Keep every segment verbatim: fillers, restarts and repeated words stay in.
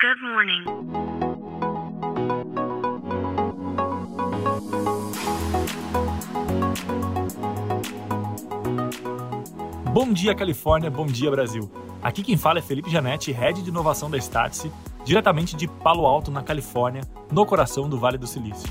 Good morning. Bom dia, Califórnia. Bom dia, Brasil. Aqui quem fala é Felipe Janetti, Head de Inovação da Startse, diretamente de Palo Alto, na Califórnia, no coração do Vale do Silício.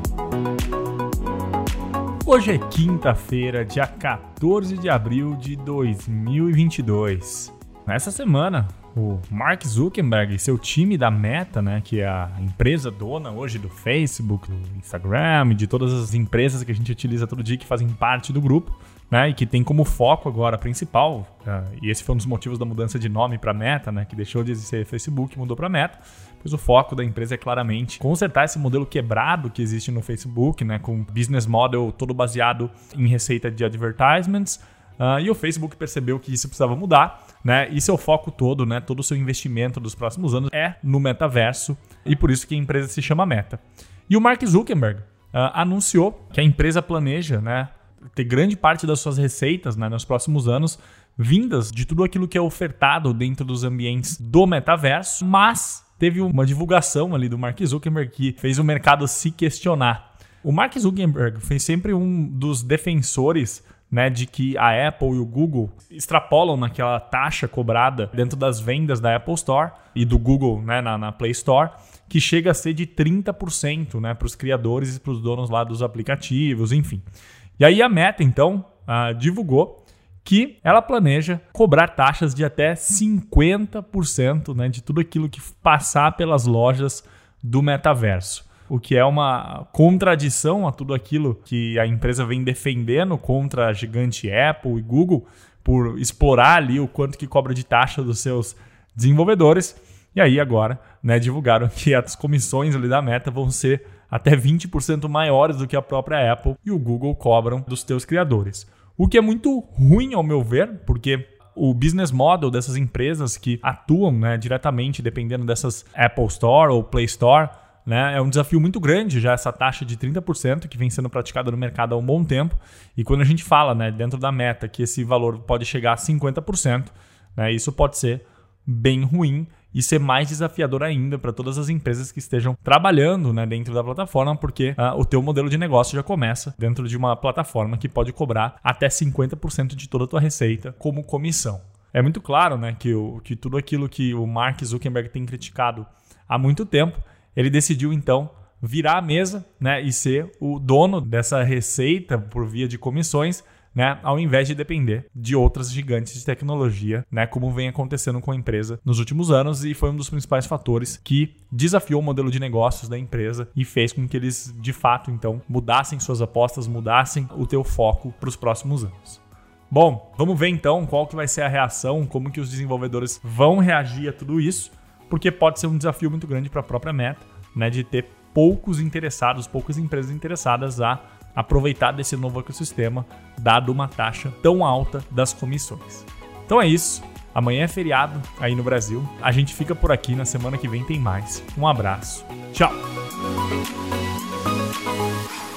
Hoje é quinta-feira, dia quatorze de abril de dois mil e vinte e dois. Nessa semana, o Mark Zuckerberg e seu time da Meta, né, que é a empresa dona hoje do Facebook, do Instagram e de todas as empresas que a gente utiliza todo dia que fazem parte do grupo, né, e que tem como foco agora principal, uh, e esse foi um dos motivos da mudança de nome para Meta, né, que deixou de ser Facebook e mudou para Meta, pois o foco da empresa é claramente consertar esse modelo quebrado que existe no Facebook, né, com business model todo baseado em receita de advertisements. Uh, e o Facebook percebeu que isso precisava mudar, né? E seu foco todo, né? Todo o seu investimento dos próximos anos é no metaverso, e por isso que a empresa se chama Meta. E o Mark Zuckerberg uh, anunciou que a empresa planeja, né, ter grande parte das suas receitas, né, nos próximos anos vindas de tudo aquilo que é ofertado dentro dos ambientes do metaverso, mas teve uma divulgação ali do Mark Zuckerberg que fez o mercado se questionar. O Mark Zuckerberg foi sempre um dos defensores, né, de que a Apple e o Google extrapolam naquela taxa cobrada dentro das vendas da Apple Store e do Google, né, na, na Play Store, que chega a ser de trinta por cento, né, para os criadores e para os donos lá dos aplicativos, enfim. E aí a Meta, então, uh, divulgou que ela planeja cobrar taxas de até cinquenta por cento, né, de tudo aquilo que passar pelas lojas do metaverso. O que é uma contradição a tudo aquilo que a empresa vem defendendo contra a gigante Apple e Google por explorar ali o quanto que cobra de taxa dos seus desenvolvedores. E aí agora, né, divulgaram que as comissões ali da Meta vão ser até vinte por cento maiores do que a própria Apple e o Google cobram dos seus criadores. O que é muito ruim ao meu ver, porque o business model dessas empresas que atuam, né, diretamente dependendo dessas Apple Store ou Play Store, né, é um desafio muito grande já essa taxa de trinta por cento que vem sendo praticada no mercado há um bom tempo. E quando a gente fala, né, dentro da Meta que esse valor pode chegar a cinquenta por cento, né, isso pode ser bem ruim e ser mais desafiador ainda para todas as empresas que estejam trabalhando, né, dentro da plataforma, porque uh, o teu modelo de negócio já começa dentro de uma plataforma que pode cobrar até cinquenta por cento de toda a tua receita como comissão. É muito claro, né, que, o, que tudo aquilo que o Mark Zuckerberg tem criticado há muito tempo, ele decidiu então virar a mesa, né, e ser o dono dessa receita por via de comissões, né, ao invés de depender de outras gigantes de tecnologia, né, como vem acontecendo com a empresa nos últimos anos, e foi um dos principais fatores que desafiou o modelo de negócios da empresa e fez com que eles, de fato, então, mudassem suas apostas, mudassem o teu foco para os próximos anos. Bom, vamos ver então qual que vai ser a reação, como que os desenvolvedores vão reagir a tudo isso, porque pode ser um desafio muito grande para a própria Meta, né, de ter poucos interessados, poucas empresas interessadas a aproveitar desse novo ecossistema, dado uma taxa tão alta das comissões. Então é isso. Amanhã é feriado aí no Brasil. A gente fica por aqui. Na semana que vem tem mais. Um abraço. Tchau!